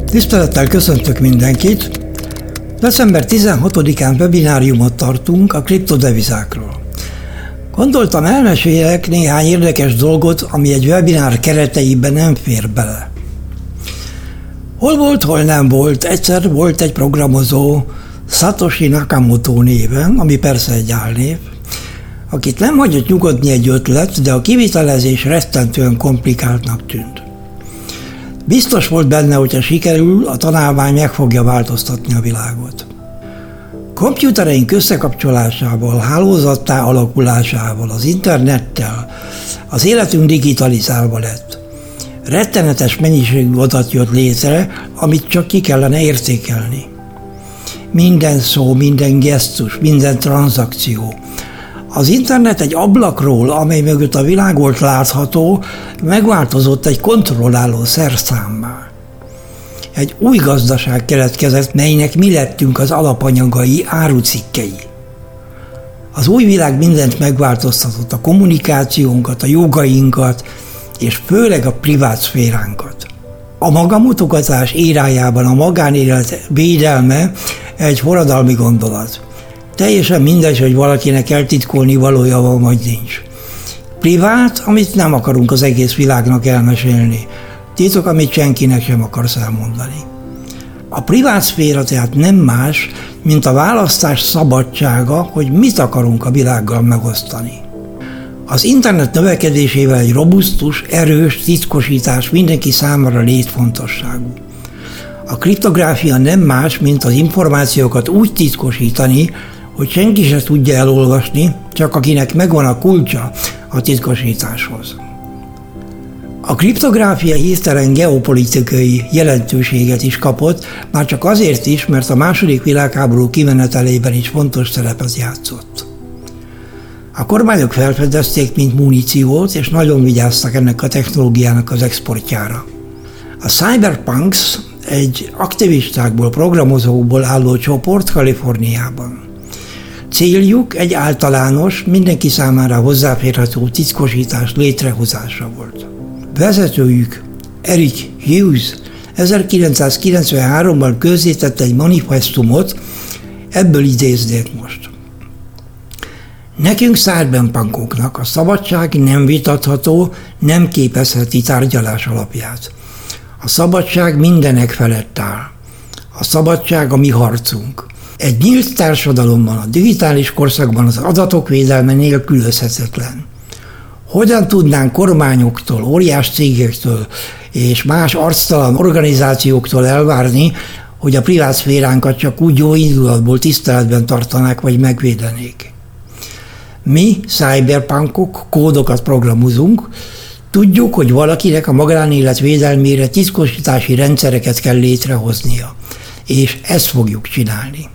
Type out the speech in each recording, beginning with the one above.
Tisztelettel köszöntök mindenkit! December 16-án webináriumot tartunk a kriptodevizákról. Gondoltam, elmesélek néhány érdekes dolgot, ami egy webinár kereteiben nem fér bele. Hol volt, hol nem volt, egyszer volt egy programozó, Satoshi Nakamoto néven, ami persze egy álnév, akit nem hagyott nyugodni egy ötlet, de a kivitelezés rettentően komplikáltnak tűnt. Biztos volt benne, hogyha sikerül, a tanálmány meg fogja változtatni a világot. Komputereink összekapcsolásával, hálózattá alakulásával, az internettel az életünk digitalizálva lett. Rettenetes mennyiségű adat jött létre, amit csak ki kellene értékelni. Minden szó, minden gesztus, minden tranzakció. Az internet egy ablakról, amely mögött a világ volt látható, megváltozott egy kontrolláló szerszámmá. Egy új gazdaság keletkezett, melynek mi lettünk az alapanyagai, árucikkei. Az új világ mindent megváltoztatott, a kommunikációnkat, a jogainkat, és főleg a privát szféránkat. A magamutogatás érájában a magánélet védelme egy forradalmi gondolat. Teljesen mindegy, hogy valakinek eltitkolni valója van, vagy nincs. Privát, amit nem akarunk az egész világnak elmesélni. Titok, amit senkinek sem akarsz elmondani. A privát szféra tehát nem más, mint a választás szabadsága, hogy mit akarunk a világgal megosztani. Az internet növekedésével egy robusztus, erős titkosítás mindenki számára létfontosságú. A kriptográfia nem más, mint az információkat úgy titkosítani, hogy senki se tudja elolvasni, csak akinek megvan a kulcsa a titkosításhoz. A kriptográfia hirtelen geopolitikai jelentőséget is kapott, már csak azért is, mert a II. Világháború kimenetelében is fontos szerepet játszott. A kormányok felfedezték, mint muníciót, és nagyon vigyáztak ennek a technológiának az exportjára. A Cyberpunks egy aktivistákból, programozókból álló csoport Kaliforniában. Céljuk egy általános, mindenki számára hozzáférhető titkosítás létrehozása volt. Vezetőjük, Eric Hughes 1993-ban közzétett egy manifestumot, ebből idéznék most. Nekünk cyberpunkoknak a szabadság nem vitatható, nem képezheti tárgyalás alapját. A szabadság mindenek felett áll. A szabadság a mi harcunk. Egy nyílt társadalomban, a digitális korszakban az adatok védelme nélkülözhetetlen. Hogyan tudnánk kormányoktól, óriás cégektől és más arctalan organizációktól elvárni, hogy a privát szféránkat csak úgy jó indulatból tiszteletben tartanák vagy megvédenék? Mi, cyberpunkok, kódokat programozunk, tudjuk, hogy valakinek a magánélet védelmére titkosítási rendszereket kell létrehoznia, és ezt fogjuk csinálni.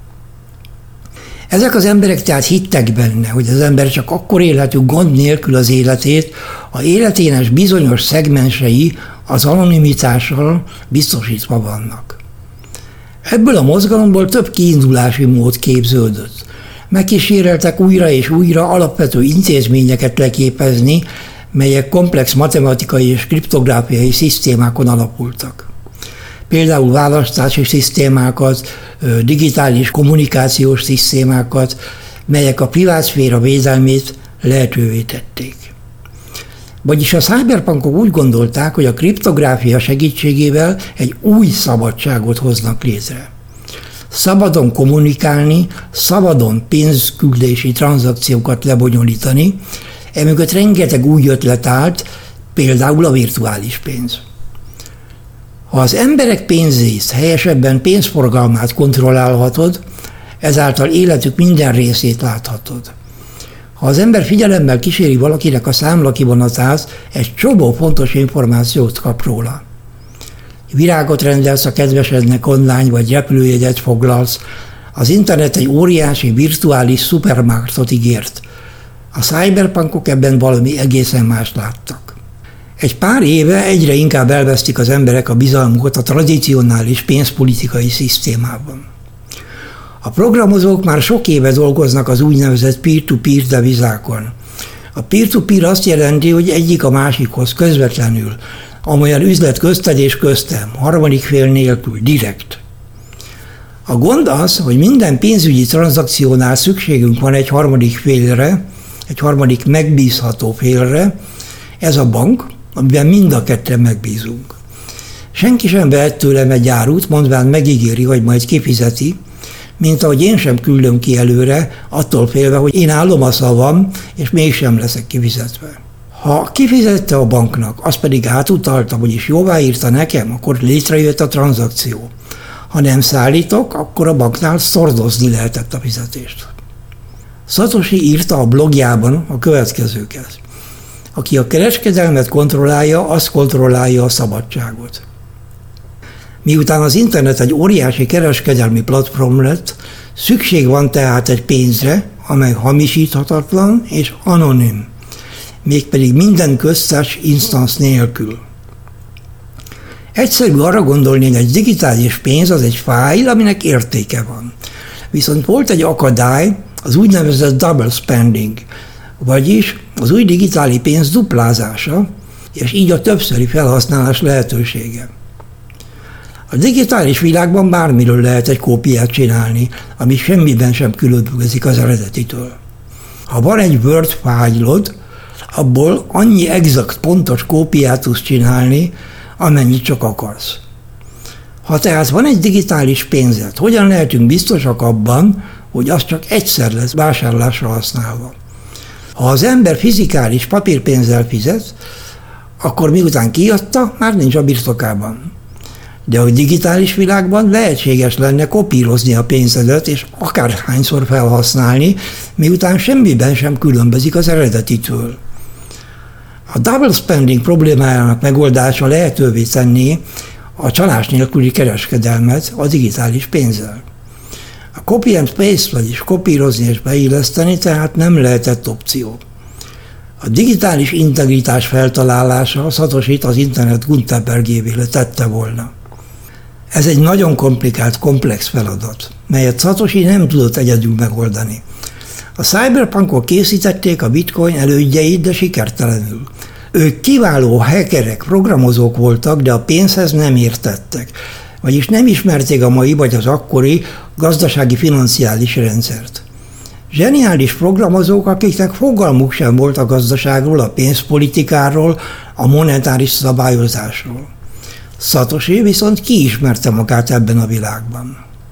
Ezek az emberek tehát hittek benne, hogy az ember csak akkor élhető gond nélkül az életét, ha életének bizonyos szegmensei az anonimitással biztosítva vannak. Ebből a mozgalomból több kiindulási mód képződött. Megkíséreltek újra és újra alapvető intézményeket leképezni, melyek komplex matematikai és kriptográfiai szisztémákon alapultak. Például választási szisztémákat, digitális kommunikációs szisztémákat, melyek a privátszféra védelmét lehetővé tették. Vagyis a cyberpunkok úgy gondolták, hogy a kriptográfia segítségével egy új szabadságot hoznak létre. Szabadon kommunikálni, szabadon pénzküldési tranzakciókat lebonyolítani, emögött rengeteg új ötlet állt, például a virtuális pénz. Ha az emberek pénzét, helyesebben pénzforgalmát kontrollálhatod, ezáltal életük minden részét láthatod. Ha az ember figyelemmel kíséri valakinek a számlakivonatát, egy csomó fontos információt kap róla. Virágot rendelsz a kedvesednek online, vagy repülőjegyet foglalsz, az internet egy óriási virtuális szupermarketot ígért. A cyberpunkok ebben valami egészen mást láttak. Egy pár éve egyre inkább elvesztik az emberek a bizalmukat a tradicionális pénzpolitikai szisztémában. A programozók már sok éve dolgoznak az úgynevezett peer-to-peer devizákon. A peer-to-peer azt jelenti, hogy egyik a másikhoz közvetlenül amolyan üzlet közted és köztem, harmadik fél nélkül, direkt. A gond az, hogy minden pénzügyi tranzakciónál szükségünk van egy harmadik félre, egy harmadik megbízható félre, ez a bank, amiben mind a ketten megbízunk. Senki sem vehet tőlem egy árut, mondván megígéri, hogy majd kifizeti, mint ahogy én sem küldöm ki előre, attól félve, hogy én állom a szavam, és mégsem leszek kifizetve. Ha kifizette a banknak, az pedig átutalta, vagyis jóváírta nekem, akkor létrejött a tranzakció. Ha nem szállítok, akkor a banknál szordozni lehetett a fizetést. Satoshi írta a blogjában a következőket. Aki a kereskedelmet kontrollálja, az kontrollálja a szabadságot. Miután az internet egy óriási kereskedelmi platform lett, szükség van tehát egy pénzre, amely hamisíthatatlan és anonim, mégpedig minden köztes instansz nélkül. Egyszerű arra gondolni, hogy egy digitális pénz az egy fájl, aminek értéke van. Viszont volt egy akadály, az úgynevezett double spending, vagyis az új digitális pénz duplázása, és így a többszöri felhasználás lehetősége. A digitális világban bármiről lehet egy kópiát csinálni, ami semmiben sem különbözik az eredetitől. Ha van egy Word fájlod, abból annyi exakt pontos kópiát tudsz csinálni, amennyit csak akarsz. Ha tehát van egy digitális pénzed, hogyan lehetünk biztosak abban, hogy az csak egyszer lesz vásárlásra használva? Ha az ember fizikális papírpénzzel fizet, akkor miután kiadta, már nincs a birtokában. De a digitális világban lehetséges lenne kopírozni a pénzedet, és akárhányszor felhasználni, miután semmiben sem különbözik az eredetitől. A double spending problémájának megoldása lehetővé tenné a csalás nélküli kereskedelmet a digitális pénzzel. A copy and paste, vagyis kopírozni és beilleszteni tehát nem lehetett opció. A digitális integritás feltalálása Satoshit az internet Gutenbergévé tette volna. Ez egy nagyon komplikált, komplex feladat, melyet Satoshi nem tudott egyedül megoldani. A cyberpunkok készítették a bitcoin elődjeit, de sikertelenül. Ők kiváló hackerek, programozók voltak, de a pénzhez nem értettek, vagyis nem ismerték a mai vagy az akkori gazdasági financiális rendszert. Zseniális programozók, akiknek fogalmuk sem volt a gazdaságról, a pénzpolitikáról, a monetáris szabályozásról. Satoshi viszont kiismerte magát ebben a világban.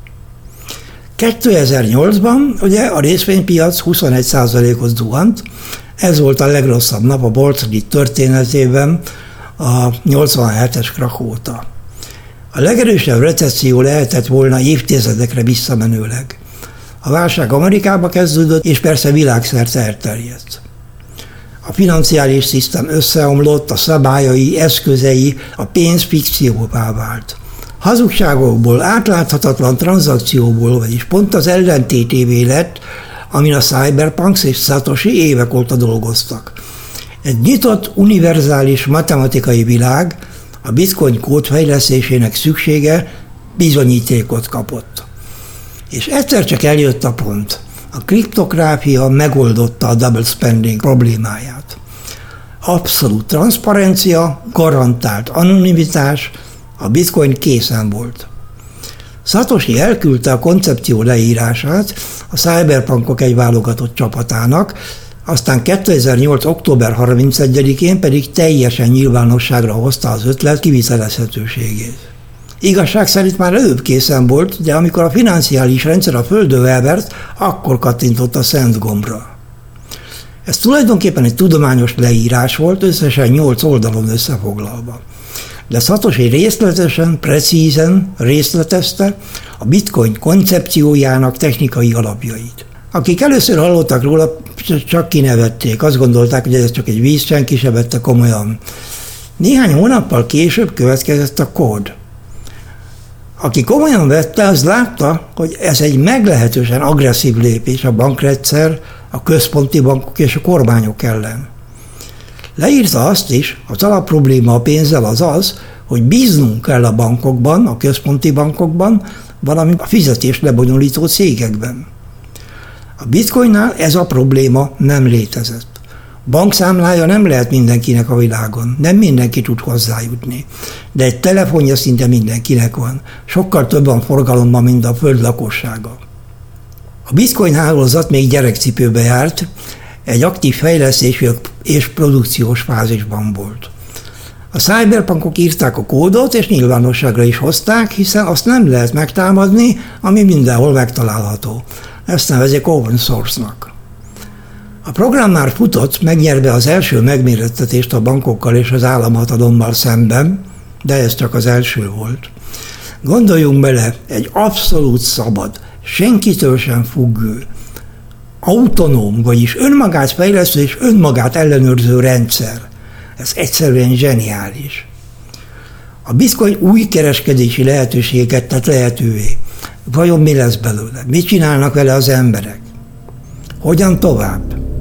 2008-ban ugye a részvénypiac 21%-ot zuhant, ez volt a legrosszabb nap a Wall Street történetében a 87-es krach óta. A legerősebb recesszió lehetett volna évtizedekre visszamenőleg. A válság Amerikába kezdődött, és persze világszerte elterjedt. A financiális szisztem összeomlott, a szabályai, eszközei, a pénz fikcióvá vált. Hazugságokból, átláthatatlan tranzakcióból, vagyis pont az ellentétévé lett, amin a cyberpunks és Satoshi évek óta dolgoztak. Egy nyitott, univerzális matematikai világ a bitcoin kódfejlesztésének szüksége bizonyítékot kapott. És egyszer csak eljött a pont. A kriptográfia megoldotta a double spending problémáját. Abszolút transzparencia, garantált anonimitás, a bitcoin készen volt. Satoshi elküldte a koncepció leírását a cyberpunkok egy válogatott csapatának, aztán 2008. október 31-én pedig teljesen nyilvánosságra hozta az ötlet kivitelezhetőségét. Igazság szerint már előbb készen volt, de amikor a financiális rendszer a földön elvert, akkor kattintott a szent gombra. Ez tulajdonképpen egy tudományos leírás volt, összesen 8 oldalon összefoglalva. De Satoshi részletesen, precízen részletezte a bitcoin koncepciójának technikai alapjait. Akik először hallottak róla, csak kinevették, azt gondolták, hogy ez csak egy víz, senki se vette komolyan. Néhány hónappal később következett a kód. Aki komolyan vette, az látta, hogy ez egy meglehetősen agresszív lépés a bankrendszer, a központi bankok és a kormányok ellen. Leírta azt is, az alapprobléma a pénzzel az, hogy bíznunk kell a bankokban, a központi bankokban, valamint a fizetést lebonyolító cégekben. A bitcoinnál ez a probléma nem létezett. Bankszámlája nem lehet mindenkinek a világon, nem mindenki tud hozzájutni, de egy telefonja szinte mindenkinek van, sokkal több van forgalomban, mint a föld lakossága. A Bitcoin hálózat még gyerekcipőbe járt, egy aktív fejlesztési és produkciós fázisban volt. A cyberpunkok írták a kódot, és nyilvánosságra is hozták, hiszen azt nem lehet megtámadni, ami mindenhol megtalálható. Ezt nevezik open source-nak. A program már futott, megnyerve az első megmérettetést a bankokkal és az államhatalommal szemben, de ez csak az első volt. Gondoljunk bele, egy abszolút szabad, senkitől sem függő, autonóm, vagyis önmagát fejlesztő és önmagát ellenőrző rendszer. Ez egyszerűen zseniális. A Bitcoin új kereskedési lehetőséget tett lehetővé. Vajon mi lesz belőle? Mit csinálnak vele az emberek? Hogyan tovább?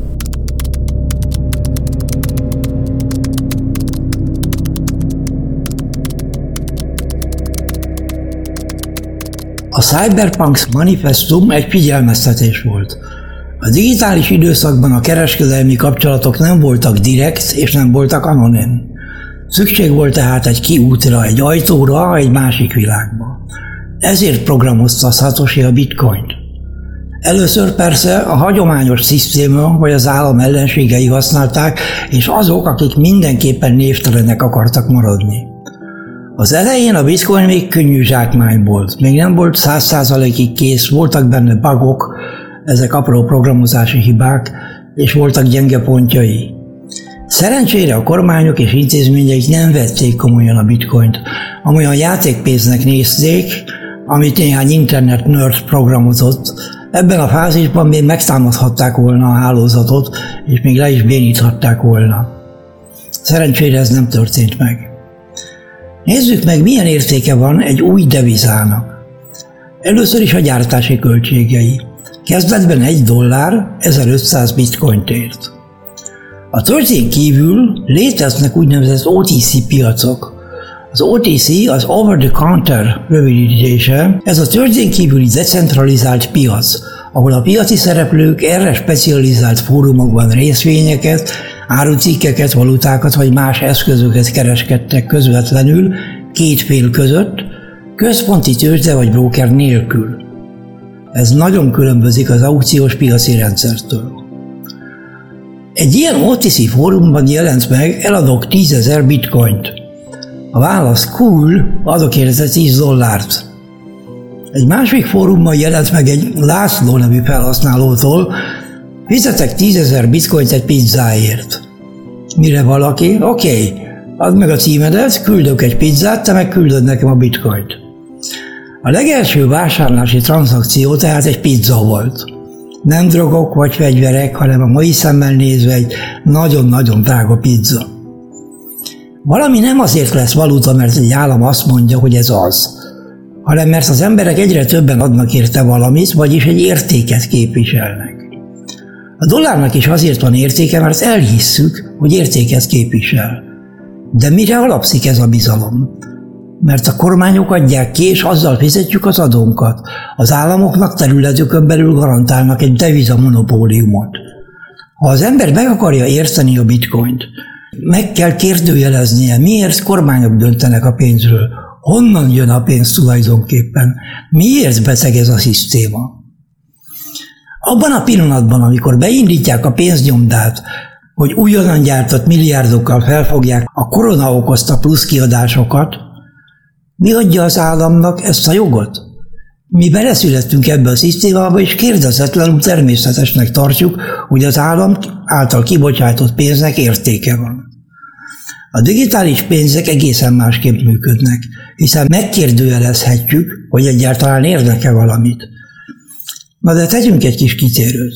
A Cyberpunks Manifestum egy figyelmeztetés volt. A digitális időszakban a kereskedelmi kapcsolatok nem voltak direkt és nem voltak anonim. Szükség volt tehát egy kiútra, egy ajtóra, egy másik világba. Ezért programozta Satoshi a Bitcoint. Először persze a hagyományos szisztéma vagy az állam ellenségei használták, és azok, akik mindenképpen névtelenek akartak maradni. Az elején a Bitcoin még könnyű zsákmány volt, még nem volt 100%-ig kész, voltak benne bugok, ezek apró programozási hibák, és voltak gyenge pontjai. Szerencsére a kormányok és intézmények nem vették komolyan a Bitcoint, amolyan játékpénznek nézték, amit néhány internet nerd programozott. Ebben a fázisban még megtámadhatták volna a hálózatot, és még le is béníthatták volna. Szerencsére ez nem történt meg. Nézzük meg, milyen értéke van egy új devizának. Először is a gyártási költségei. Kezdetben $1 1500 bitcoint ért. A tőzsdén kívül léteznek úgynevezett OTC piacok. Az OTC az Over the Counter rövidítése, ez a tőzsdén kívüli decentralizált piac, ahol a piaci szereplők erre specializált fórumokban részvényeket, árucikkeket, valutákat vagy más eszközöket kereskedtek közvetlenül két fél között, központi tőzsde vagy broker nélkül. Ez nagyon különbözik az aukciós piaci rendszertől. Egy ilyen OTC fórumban jelent meg, eladok 10 000 bitcoint. A válasz cool, adok érte $10. Egy másik fórumban jelent meg egy László nevű felhasználótól, fizetek 10 000 bitcoint egy pizzáért. Mire valaki? Oké, add meg a címedet, küldök egy pizzát, te meg küldöd nekem a bitcoint. A legelső vásárlási tranzakció tehát egy pizza volt. Nem drogok vagy fegyverek, hanem a mai szemmel nézve egy nagyon-nagyon drága pizza. Valami nem azért lesz valuta, mert egy állam azt mondja, hogy ez az, hanem mert az emberek egyre többen adnak érte valamit, vagyis egy értéket képviselnek. A dollárnak is azért van értéke, mert elhisszük, hogy értéket képvisel. De mire alapszik ez a bizalom? Mert a kormányok adják ki, és azzal fizetjük az adónkat. Az államoknak területükön belül garantálnak egy devizamonopóliumot. Ha az ember meg akarja érteni a bitcoint, meg kell kérdőjeleznie, miért kormányok döntenek a pénzről, honnan jön a pénz tulajdonképpen, miért beteg ez a szisztéma. Abban a pillanatban, amikor beindítják a pénznyomdát, hogy újonnan gyártott milliárdokkal felfogják a korona okozta plusz kiadásokat, mi adja az államnak ezt a jogot? Mi beleszülettünk ebbe a szisztémába, és kérdezetlenül természetesnek tartjuk, hogy az állam által kibocsátott pénznek értéke van. A digitális pénzek egészen másképp működnek, hiszen megkérdőjelezhetjük, hogy egyáltalán érnek-e valamit. Na de tegyünk egy kis kitérőt.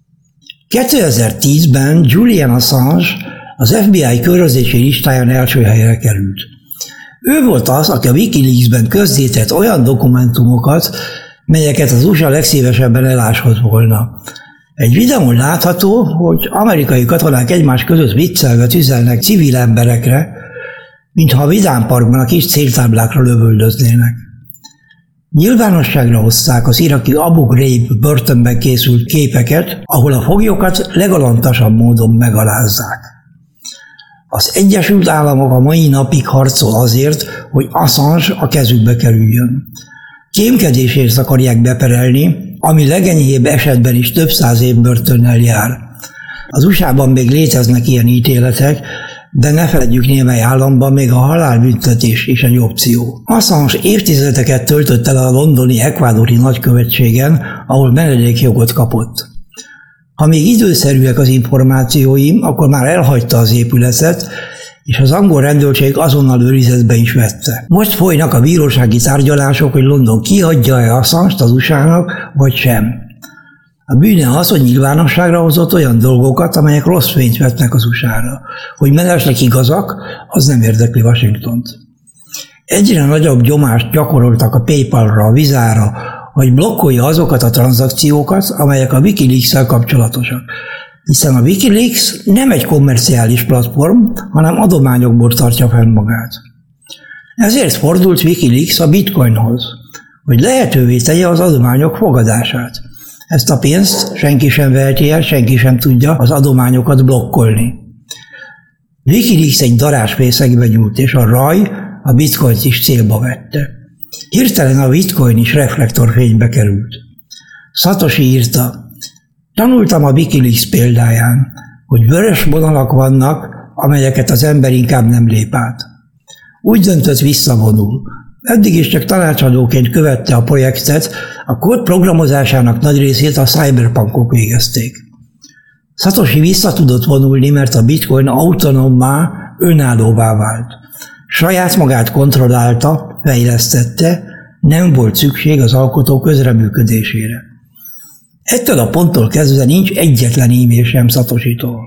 2010-ben Julian Assange az FBI körözési listáján első helyre került. Ő volt az, aki a Wikileaksben közzétett olyan dokumentumokat, melyeket az USA legszívesebben elásott volna. Egy videón látható, hogy amerikai katonák egymás között viccelve tüzelnek civil emberekre, mintha a Vidám Parkban a kis céltáblákra lövöldöznének. Nyilvánosságra hozták az iraki Abu Ghraib börtönben készült képeket, ahol a foglyokat legalantasabb módon megalázzák. Az Egyesült Államok a mai napig harcol azért, hogy Assange a kezükbe kerüljön. Kémkedésért akarják beperelni, ami legenyhébb esetben is több 100 év börtönnel jár. Az USA-ban még léteznek ilyen ítéletek, de ne feledjük, némely államban még a halálbüntetés is egy opció. Assange évtizedeket töltött el a londoni ekvádori nagykövetségen, ahol menedékjogot kapott. Ha még időszerűek az információim, akkor már elhagyta az épületet, és az angol rendőrség azonnal őrizetbe is vette. Most folynak a bírósági tárgyalások, hogy London kihagyja-e Assange-t az USA-nak, vagy sem. A bűne az, hogy nyilvánosságra hozott olyan dolgokat, amelyek rossz fényt vetnek az USA-ra. Hogy mellesleg igazak, az nem érdekli Washingtont. Egyre nagyobb nyomást gyakoroltak a PayPal-ra, a Visa-ra, hogy blokkolja azokat a tranzakciókat, amelyek a Wikileaks-szel kapcsolatosak. Hiszen a Wikileaks nem egy kommerciális platform, hanem adományokból tartja fenn magát. Ezért fordult Wikileaks a Bitcoinhoz, hogy lehetővé tegye az adományok fogadását. Ezt a pénzt senki sem veheti el, senki sem tudja az adományokat blokkolni. Wikileaks egy darázsfészekbe nyúlt, és a raj a bitcoint is célba vette. Hirtelen a bitcoin is reflektorfénybe került. Satoshi írta: tanultam a Wikileaks példáján, hogy vörös vonalak vannak, amelyeket az ember inkább nem lép át. Úgy döntött, visszavonul. Eddig is csak tanácsadóként követte a projektet, a kód programozásának nagy részét a cyberpunkok végezték. Satoshi vissza tudott vonulni, mert a bitcoin autonómmá, önállóvá vált. Saját magát kontrollálta, fejlesztette, nem volt szükség az alkotó közreműködésére. Ettől a ponttól kezdve nincs egyetlen e-mail sem Satoshitól.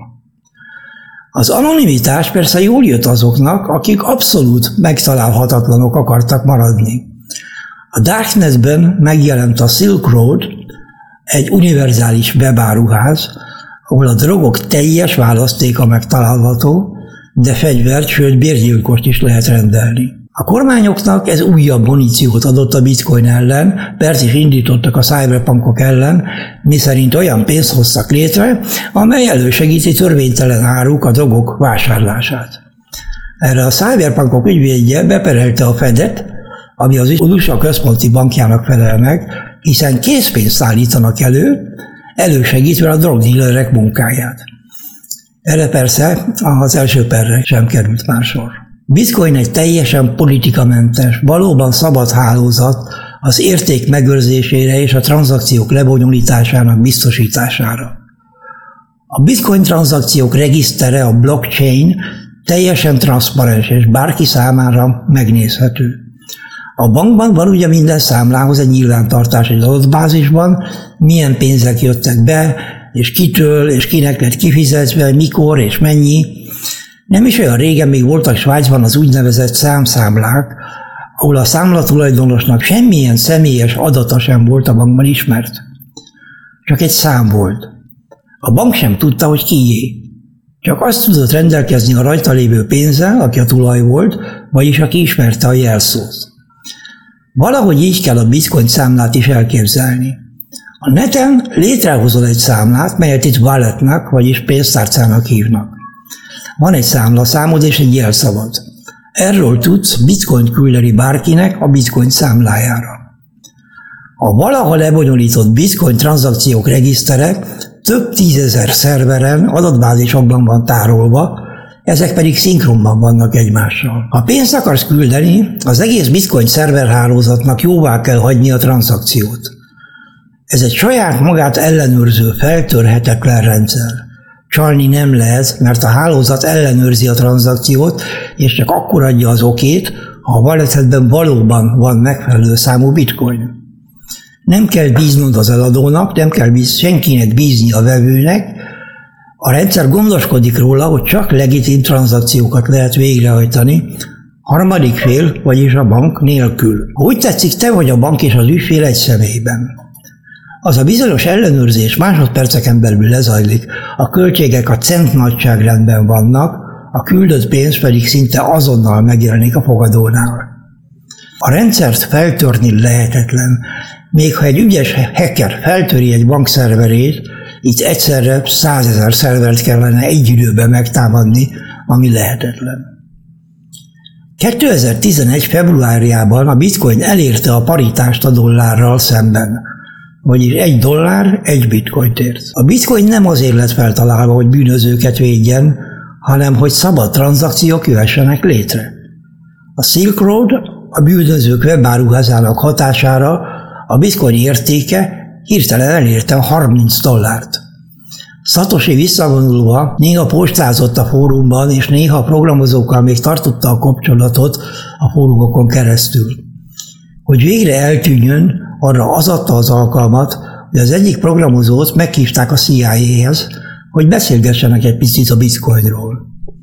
Az anonimitás persze jól jött azoknak, akik abszolút megtalálhatatlanok akartak maradni. A Darknetben megjelent a Silk Road, egy univerzális webáruház, ahol a drogok teljes választéka megtalálható, de fegyvert, sőt bérgyilkost is lehet rendelni. A kormányoknak ez újabb muníciót adott a bitcoin ellen, pert is indítottak a cyberpunkok ellen, miszerint olyan pénzt hoztak létre, amely elősegíti törvénytelen áruk, a drogok vásárlását. Erre a cyberpunkok ügyvédje beperelte a Fedet, ami az USA központi bankjának felel meg, hiszen készpénzt állítanak elő, elősegítve a drogdílerek munkáját. Erre persze az első perre sem került már sor. Bitcoin egy teljesen politikamentes, valóban szabad hálózat az érték megőrzésére és a tranzakciók lebonyolításának biztosítására. A bitcoin tranzakciók regisztere, a blockchain teljesen transzparens és bárki számára megnézhető. A bankban van ugye minden számlához egy nyilvántartás egy adatbázisban, milyen pénzek jöttek be, és kitől, és kinek lett kifizetve, mikor és mennyi. Nem is olyan régen még voltak Svájcban az úgynevezett számszámlák, ahol a számlatulajdonosnak semmilyen személyes adata sem volt a bankban ismert. Csak egy szám volt. A bank sem tudta, hogy kié. Csak azt tudott rendelkezni a rajta lévő pénzzel, aki a tulaj volt, vagyis aki ismerte a jelszót. Valahogy így kell a bitcoin számlát is elképzelni. A neten létrehozol egy számlát, melyet itt walletnak, vagyis pénztárcának hívnak. Van egy számlaszámod és egy jelszavad. Erről tudsz bitcoint küldeni bárkinek a bitcoin számlájára. A valaha lebonyolított bitcoin tranzakciók regisztere több 10 000 szerveren, adatbázisokban van tárolva, ezek pedig szinkronban vannak egymással. Ha pénzt akarsz küldeni, az egész bitcoin szerverhálózatnak jóvá kell hagyni a tranzakciót. Ez egy saját magát ellenőrző, feltörhetetlen rendszer. Csalni nem lehet, mert a hálózat ellenőrzi a tranzakciót, és csak akkor adja az okét, ha a walletedben valóban van megfelelő számú bitcoin. Nem kell bíznod az eladónak, nem kell senkinek bízni a vevőnek, a rendszer gondoskodik róla, hogy csak legitim tranzakciókat lehet végrehajtani, harmadik fél, vagyis a bank nélkül. Ha úgy tetszik, te vagy a bank és az ügyfél egy személyben. Az a bizonyos ellenőrzés másodperceken belül lezajlik, a költségek a cent nagyságrendben vannak, a küldött pénz pedig szinte azonnal megjelenik a fogadónál. A rendszert feltörni lehetetlen, még ha egy ügyes hacker feltöri egy bankszerverét, itt egyszerre 100 000 szervert kellene egy időben megtámadni, ami lehetetlen. 2011. februárjában a bitcoin elérte a paritást a dollárral szemben, vagyis $1 1 bitcoint ért. A bitcoin nem azért lett feltalálva, hogy bűnözőket védjen, hanem hogy szabad tranzakciók jöhessenek létre. A Silk Road a bűnözők webáruházának hatására a bitcoin értéke hirtelen elérte a $30. Satoshi visszavonulva néha postázott a fórumban, és néha a programozókkal még tartotta a kapcsolatot a fórumokon keresztül. Hogy végre eltűnjön, arra az adta az alkalmat, hogy az egyik programozót meghívták a CIA-hez, hogy beszélgessenek egy picit a bitcoinról.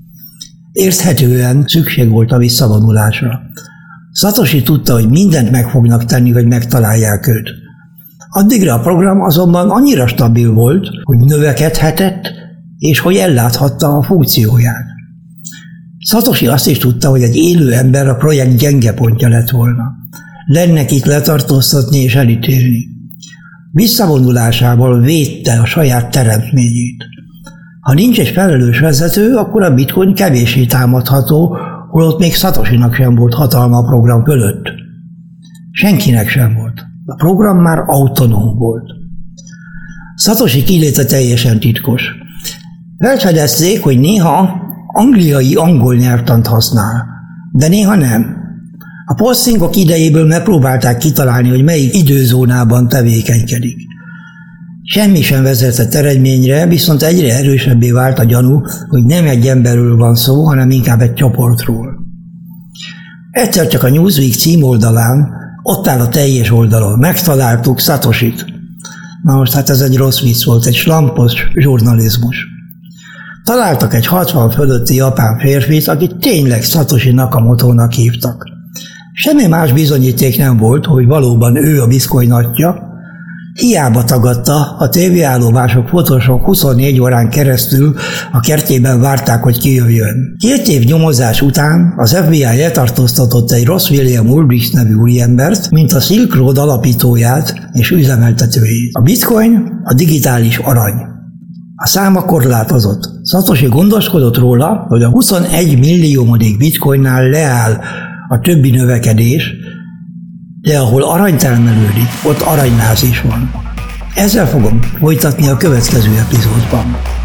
Érthetően szükség volt a visszavonulásra. Satoshi tudta, hogy mindent meg fognak tenni, hogy megtalálják őt. Addigra a program azonban annyira stabil volt, hogy növekedhetett, és hogy elláthatta a funkcióját. Satoshi azt is tudta, hogy egy élő ember a projekt gyenge pontja lett volna. Lenne itt letartóztatni és elítélni. Visszavonulásával védte a saját teremtményét. Ha nincs egy felelős vezető, akkor a bitcoin kevéssé támadható, holott még Satoshinak sem volt hatalma a program fölött. Senkinek sem volt. A program már autonóm volt. Satoshi kiléte teljesen titkos. Felfedezték, hogy néha angliai angol nyelvtant használ, de néha nem. A postingok idejéből megpróbálták kitalálni, hogy melyik időzónában tevékenykedik. Semmi sem vezetett eredményre, viszont egyre erősebbé vált a gyanú, hogy nem egy emberről van szó, hanem inkább egy csoportról. Egyszer csak a Newsweek címoldalán ott áll a teljes oldalon. Megtaláltuk Satoshit. Na most hát ez egy rossz vicc volt, egy slampos zsurnalizmus. Találtak egy 60 fölötti japán férfit, akit tényleg Satoshi Nakamoto-nak hívtak. Semmi más bizonyíték nem volt, hogy valóban ő a bitcoin atya. Hiába tagadta, a tévéállomások fotósok 24 órán keresztül a kertjében várták, hogy kijöjjön. 2 év nyomozás után az FBI letartóztatott egy Ross William Ulbricht nevű úriembert, mint a Silk Road alapítóját és üzemeltetőjét. A bitcoin a digitális arany. A száma korlátozott. Satoshi gondoskodott róla, hogy a 21 milliómodik bitcoinnál leáll a többi növekedés, de ahol arany termelődik, ott aranynáz is van. Ezzel fogom folytatni a következő epizódban.